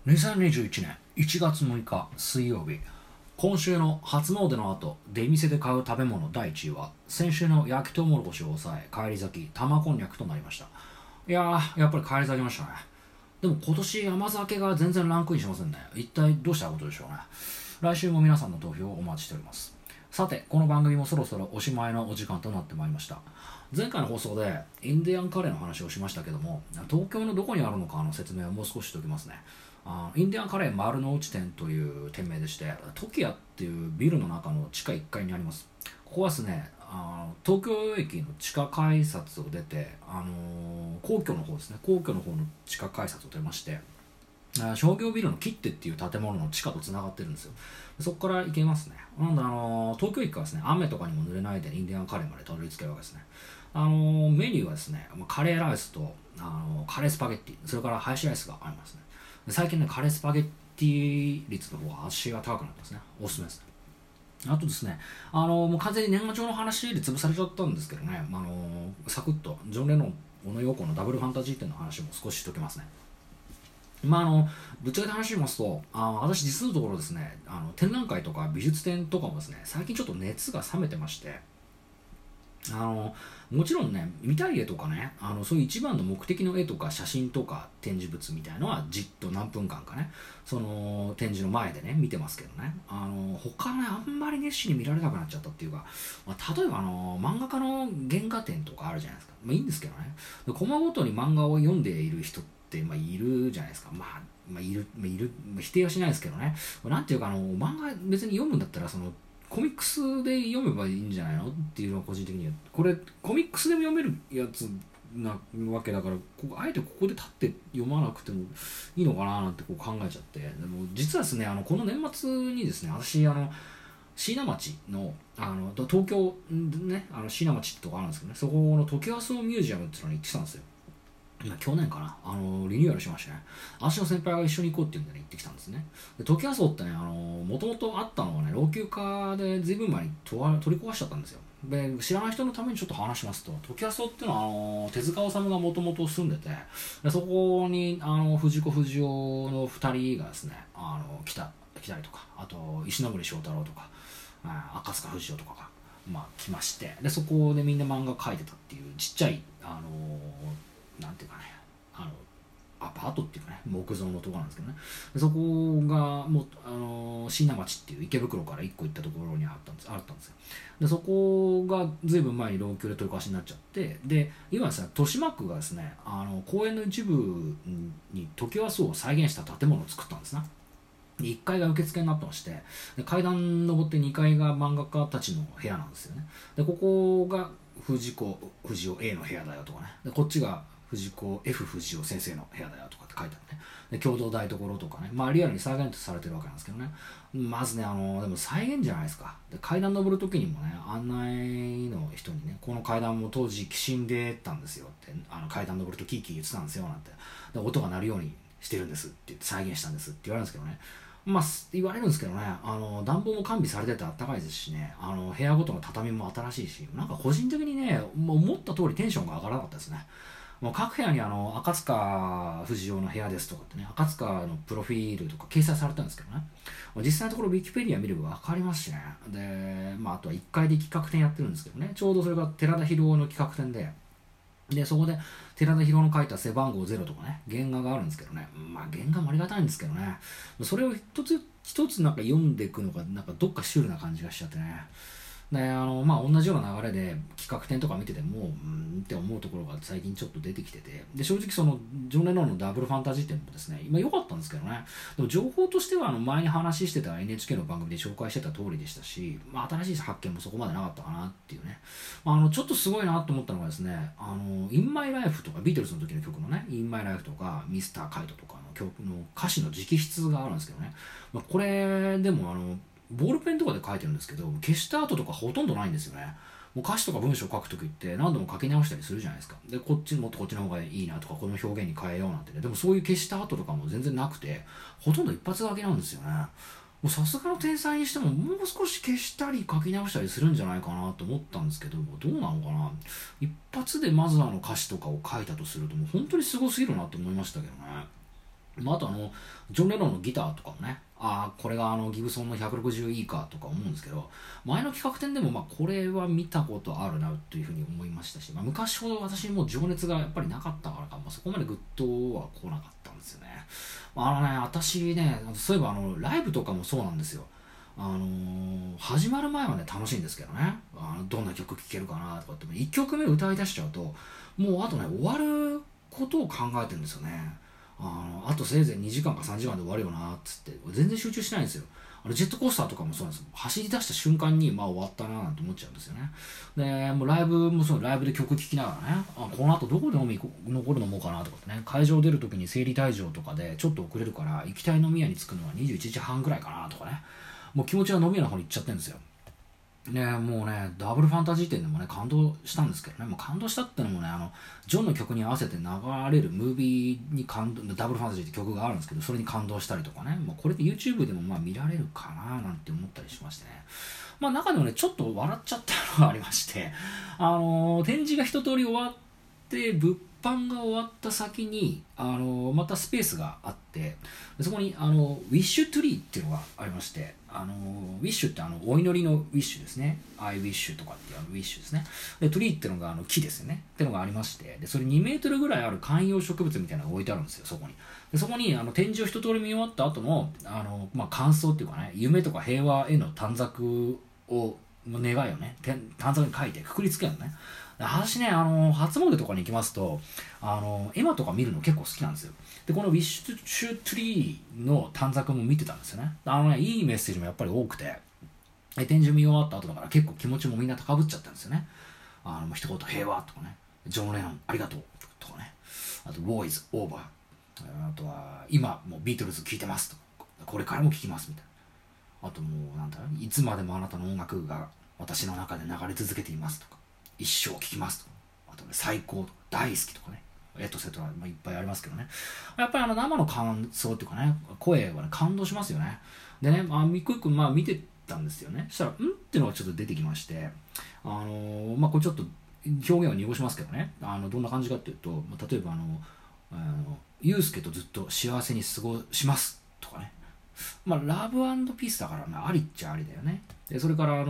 2021年1月6日水曜日、今週の初詣の後出店で買う食べ物第1位は先週の焼きとうもろこしを抑え返り咲き玉こんにゃくとなりました。いやー、やっぱり返り咲きましたね。でも今年甘酒が全然ランクインしませんね。一体どうしたことでしょうね。来週も皆さんの投票をお待ちしております。さて、この番組もそろそろおしまいのお時間となってまいりました。前回の放送でインディアンカレーの話をしましたけども、東京のどこにあるのかの説明をもう少ししておきますね。インディアンカレー丸の内店という店名でして、トキヤっていうビルの中の地下1階にあります。ここはですね、東京駅の地下改札を出て、皇居の方ですね、皇居の方の地下改札を出まして、商業ビルの切手っていう建物の地下とつながってるんですよ。そこから行けますね。なんで東京駅からですね、雨とかにも濡れないでインディアンカレーまでたどり着けるわけですね。メニューはですね、カレーライスとカレースパゲッティ、それからハヤシライスがありますね。最近ね、カレースパゲッティ率の方が足が高くなってますね。おすすめですね。あとですね、もう完全に年賀状の話で潰されちゃったんですけどね、サクッとジョン・レノン、小野陽子のダブルファンタジー展の話も少ししておきますね。ぶっちゃけて話しますと、私実のところですね、展覧会とか美術展とかもですね、最近ちょっと熱が冷めてまして、もちろんね、見たい絵とかね、そういう一番の目的の絵とか写真とか展示物みたいのはじっと何分間かね、その展示の前でね、見てますけどね、他ね、あんまり熱心に見られなくなっちゃったっていうか、例えば漫画家の原画展とかあるじゃないですか。いいんですけどね。でコマごとに漫画を読んでいる人って、いるじゃないですか。いる、否定はしないですけどね。なんていうか、漫画別に読むんだったら、コミックスで読めばいいんじゃないのっていうのは個人的には。これ、コミックスでも読めるやつなわけだから、あえてここで立って読まなくてもいいのかななんて考えちゃって。でも実はですね、この年末にですね、私、椎名町の、東京ね、椎名町ってとこあるんですけどね、そこのトキワ荘ミュージアムっていうのに行ってたんですよ。去年かな、リニューアルしましてね、私の先輩が一緒に行こうっていうんでね、行ってきたんですね。で、トキワ荘ってね、もともとあったのがね、老朽化でずいぶん前に取り壊しちゃったんですよ。で、知らない人のためにちょっと話しますと、トキワ荘っていうのは、手塚治虫がもともと住んでて、でそこに、藤子不二雄の2人がですね、来たりとか、あと、石森章太郎とか、赤塚不二夫とかが、来まして、で、そこでみんな漫画描いてたっていうちっちゃい、なんていうかね、アパートっていうかね、木造のところなんですけどね。でそこがもう椎名町っていう池袋から1個行ったところにあったんですよ。でそこがずいぶん前に老朽で取り壊しになっちゃって、で今ですね、豊島区がですね、公園の一部にトキワ荘を再現した建物を作ったんですね。で1階が受付になってまして、で階段登って2階が漫画家たちの部屋なんですよね。でここが藤子不二雄 A の部屋だよとかね、でこっちが藤子 F 不二雄先生の部屋だよとかって書いてあるね。で共同台所とかね、リアルに再現されてるわけなんですけどね。まずね、でも再現じゃないですか。で階段登る時にもね、案内の人にね、この階段も当時きしんでたんですよって、階段登るとキーキー言ってたんですよなんて、で音が鳴るようにしてるんですって言って再現したんですって言われるんですけどね。言われるんですけどね、暖房も完備されててあったかいですしね、部屋ごとの畳も新しいし、なんか個人的にね、もう思った通りテンションが上がらなかったですね。もう各部屋に赤塚不二夫の部屋ですとかってね、赤塚のプロフィールとか掲載されたんですけどね、実際のところウィキペディア見れば分かりますしね。で、あとは1階で企画展やってるんですけどね、ちょうどそれが寺田博の企画展で、そこで寺田博の書いた背番号0とかね、原画があるんですけどね、原画もありがたいんですけどね、それを一つ一つなんか読んでいくのが、なんかどっかシュールな感じがしちゃってね。で、同じような流れで企画展とか見てても、って思うところが最近ちょっと出てきてて、で、正直ジョン・レノンのダブルファンタジー展もですね、今良かったんですけどね、でも情報としては前に話してた NHK の番組で紹介してた通りでしたし、新しい発見もそこまでなかったかなっていうね。ちょっとすごいなと思ったのがですね、In My Life とか、ビートルズの時の曲のね、In My Life とか、ミスター・カイトとかの曲の歌詞の直筆があるんですけどね、これでもボールペンとかで書いてるんですけど、消した後とかほとんどないんですよね。もう歌詞とか文章を書くときって何度も書き直したりするじゃないですか。で、もっとこっちの方がいいなとか、この表現に変えようなんてね。でもそういう消した後とかも全然なくて、ほとんど一発書きなんですよね。もうさすがの天才にしても、もう少し消したり書き直したりするんじゃないかなと思ったんですけど、どうなのかな。一発でまず歌詞とかを書いたとすると、もう本当にすごすぎるなと思いましたけどね。 まあ、あとジョン・レノンのギターとかもね、これがギブソンの 160E かとか思うんですけど、前の企画展でもこれは見たことあるなというふうに思いましたし、昔ほど私にも情熱がやっぱりなかったからか、そこまでグッとは来なかったんですよね。私ね、そういえばライブとかもそうなんですよ。始まる前はね楽しいんですけどね、どんな曲聴けるかなとかって1曲目歌い出しちゃうと、もうあとね終わることを考えてるんですよね。あとせいぜい2時間か3時間で終わるよなっつって全然集中しないんですよ。ジェットコースターとかもそうなんですよ。走り出した瞬間に終わったななんて思っちゃうんですよね。でもうライブもライブで曲聴きながらね、この後どこで残るのもうかなとかってね、会場出る時に整理退場とかでちょっと遅れるから行きたい飲み屋に着くのは21時半ぐらいかなとかね、もう気持ちは飲み屋の方に行っちゃってるんですよ。ね、もうね、ダブルファンタジー展でもね、感動したんですけどね、もう感動したってのもね、ジョンの曲に合わせて流れるムービーにダブルファンタジーって曲があるんですけど、それに感動したりとかね、これで YouTube でも見られるかななんて思ったりしましてね。中でもね、ちょっと笑っちゃったのがありまして、展示が一通り終わって、物販が終わった先に、またスペースがあって、そこに、ウィッシュトゥリーっていうのがありまして、ウィッシュってお祈りのウィッシュですね。I wish とかっていうウィッシュですね。で、トゥリーっていうのが木ですよね。っていうのがありまして、で、それ2メートルぐらいある観葉植物みたいなのが置いてあるんですよ、そこに。で、そこに展示を一通り見終わった後の、感想っていうかね、夢とか平和への短冊を、願いをね、短冊に書いてくくりつけるのね。私ね、初詣とかに行きますと、絵馬とか見るの結構好きなんですよ。で、このウィッシュトゥリーの短冊も見てたんですよね。いいメッセージもやっぱり多くて、展示見終わった後だから結構気持ちもみんな高ぶっちゃったんですよね。一言平和とかね、ジョン・レノンありがとうとかね、あと War is over、あとは今もうビートルズ聴いてますとか、これからも聴きますみたいな。あともういつまでもあなたの音楽が私の中で流れ続けていますとか、一生聴きますとか、あとね、最高とか大好きとかね、エトセトラ、いっぱいありますけどね。やっぱり生の感想っていうかね、声はね、感動しますよね。でね、一個一個見てたんですよね。そしたら、っていうのがちょっと出てきまして、これちょっと表現を濁しますけどね、どんな感じかっていうと、例えばユウスケとずっと幸せに過ごしますとかね。ラブ&ピースだからありっちゃありだよね。で、それから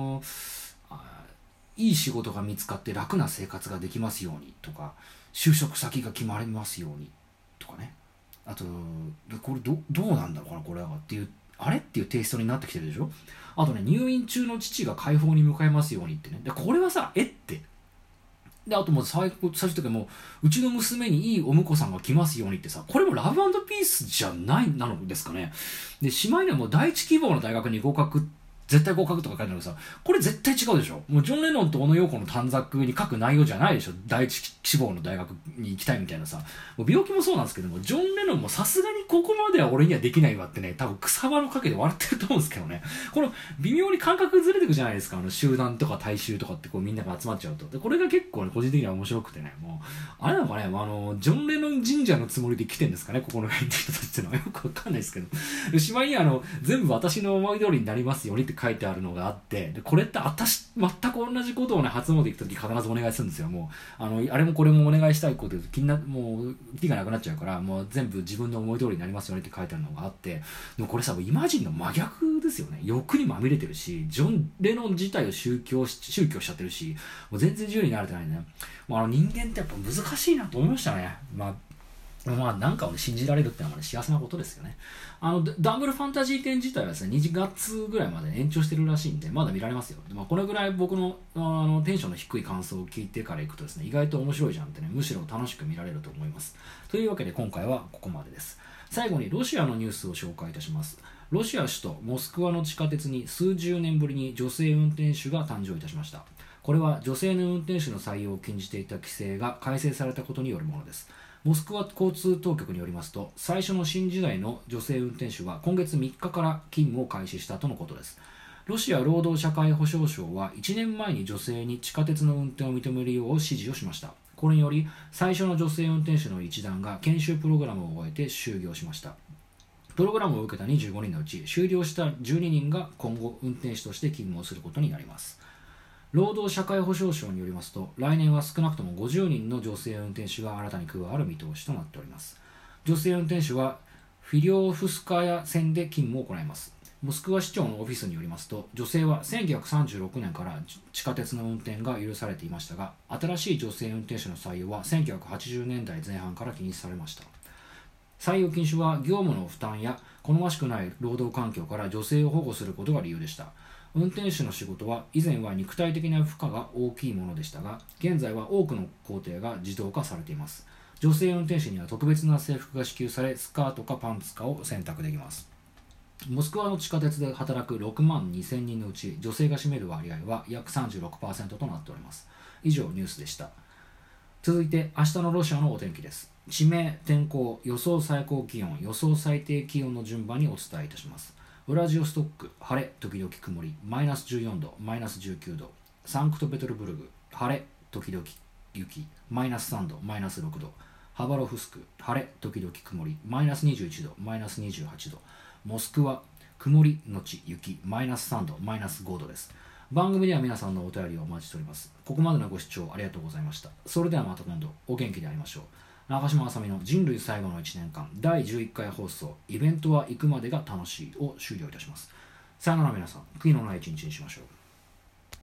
いい仕事が見つかって楽な生活ができますようにとか、就職先が決まりますようにとかね。あと、これどうなんだろうかな、これはっていう、あれっていうテイストになってきてるでしょ。あとね、入院中の父が解放に向かいますようにってね。で、これはさ、って。で、あともう最終的にもう、うちの娘にいいお婿さんが来ますようにってさ、これもラブ&ピースじゃないなのですかね。で、しまいにはもう第一希望の大学に合格絶対合格とか書いてあるけどさ、これ絶対違うでしょ。もうジョン・レノンと小野陽子の短冊に書く内容じゃないでしょ。第一志望の大学に行きたいみたいなさ。もう病気もそうなんですけども、ジョン・レノンもさすがにここまでは俺にはできないわってね、多分草葉の陰で笑ってると思うんですけどね。この微妙に感覚ずれてくじゃないですか。集団とか大衆とかってこうみんなが集まっちゃうと。で、これが結構ね、個人的には面白くてね、もう、あれなのかね、ジョン・レノン神社のつもりで来てんですかね、ここの辺の人たちってのはよくわかんないですけど。しまいに全部私の思い通りになりますようにって書いてあるのがあって、でこれって私全く同じことをね、初詣行くとき必ずお願いするんですよ。もうあれもこれもお願いしたいことでもう気がなくなっちゃうから、もう全部自分の思い通りになりますよねって書いてあるのがあって、でもこれさ、イマジンの真逆ですよね。欲にまみれてるし、ジョン・レノン自体を宗教しちゃってるし、もう全然自由になれてないね。もう人間ってやっぱ難しいなと思いましたね。なんかをね、信じられるってのは、ね、幸せなことですよね。ダブルファンタジー展自体はですね、2月ぐらいまで延長してるらしいんで、まだ見られますよ。で、これぐらい僕のテンションの低い感想を聞いてからいくとですね、意外と面白いじゃんってね、むしろ楽しく見られると思います。というわけで今回はここまでです。最後にロシアのニュースを紹介いたします。ロシア首都モスクワの地下鉄に数十年ぶりに女性運転手が誕生いたしました。これは女性の運転手の採用を禁じていた規制が改正されたことによるものです。モスクワ交通当局によりますと、最初の新時代の女性運転手は今月3日から勤務を開始したとのことです。ロシア労働社会保障省は1年前に女性に地下鉄の運転を認めるよう指示をしました。これにより、最初の女性運転手の一団が研修プログラムを終えて就業しました。プログラムを受けた25人のうち、終了した12人が今後運転手として勤務をすることになります。労働社会保障省によりますと、来年は少なくとも50人の女性運転手が新たに加わる見通しとなっております。 女性運転手はフィリョーフスカヤ線で勤務を行います。モスクワ市長のオフィスによりますと、女性は1936年から地下鉄の運転が許されていましたが、新しい女性運転手の採用は1980年代前半から禁止されました。採用禁止は業務の負担や好ましくない労働環境から女性を保護することが理由でした。運転手の仕事は以前は肉体的な負荷が大きいものでしたが、現在は多くの工程が自動化されています。女性運転手には特別な制服が支給され、スカートかパンツかを選択できます。モスクワの地下鉄で働く6万2000人のうち、女性が占める割合は約 36% となっております。以上ニュースでした。続いて明日のロシアのお天気です。地名、天候、予想最高気温、予想最低気温の順番にお伝えいたします。ウラジオストック、晴れ、時々曇り、マイナス14度、マイナス19度。サンクトペテルブルグ、晴れ、時々雪、マイナス3度、マイナス6度。ハバロフスク、晴れ、時々曇り、マイナス21度、マイナス28度。モスクワ、曇りのち雪、マイナス3度、マイナス5度です。番組では皆さんのお便りをお待ちしております。ここまでのご視聴ありがとうございました。それではまた今度、お元気で会いましょう。中島あさみの人類最後の1年間第11回放送、イベントは行くまでが楽しいを終了いたします。さよなら皆さん、悔いのない一日にしましょう。